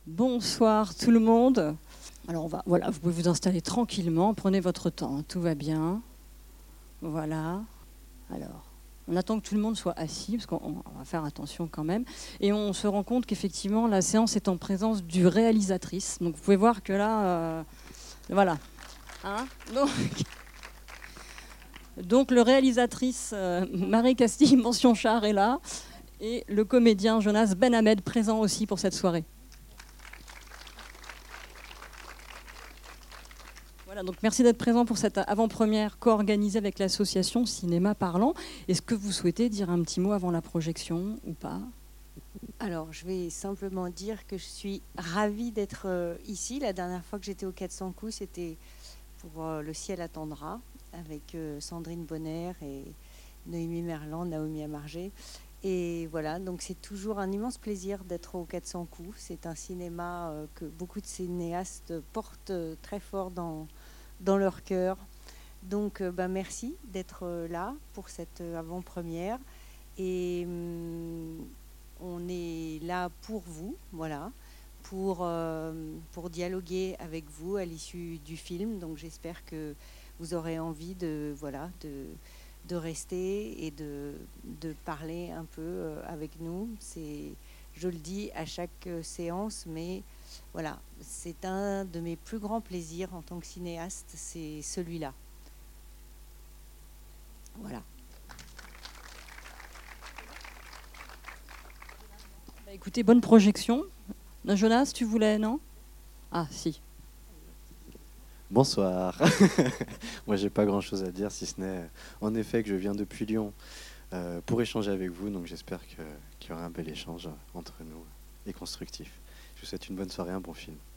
Bonsoir tout le monde. Alors voilà, vous pouvez vous installer tranquillement, prenez votre temps, tout va bien. Voilà. Alors, on attend que tout le monde soit assis, parce qu'on va faire attention quand même. Et on se rend compte qu'effectivement, la séance est en présence du réalisatrice. Donc vous pouvez voir que là, voilà. Hein, donc le réalisatrice Marie Castille Mention-Char est là, et le comédien Jonas Benhamed présent aussi pour cette soirée. Voilà, donc merci d'être présent pour cette avant-première co-organisée avec l'association Cinéma Parlant. Est-ce que vous souhaitez dire un petit mot avant la projection ou pas ? Alors, je vais simplement dire que je suis ravie d'être ici. La dernière fois que j'étais au 400 coups, c'était pour Le ciel attendra, avec Sandrine Bonner et Noémie Merland, Naomi Amargé. Et voilà, donc c'est toujours un immense plaisir d'être au 400 coups. C'est un cinéma que beaucoup de cinéastes portent très fort dans leur cœur. Donc, merci d'être là pour cette avant-première. Et on est là pour vous, voilà, pour dialoguer avec vous à l'issue du film. Donc j'espère que vous aurez envie de rester et de parler un peu avec nous. Je le dis à chaque séance, mais voilà, c'est un de mes plus grands plaisirs en tant que cinéaste, c'est celui-là. Voilà. Écoutez, bonne projection. Jonas, tu voulais, non ? Ah, si. Bonsoir. Moi, j'ai pas grand-chose à dire, si ce n'est, en effet, que je viens depuis Lyon pour échanger avec vous. Donc, j'espère qu'il y aura un bel échange entre nous et constructif. Je vous souhaite une bonne soirée, un bon film.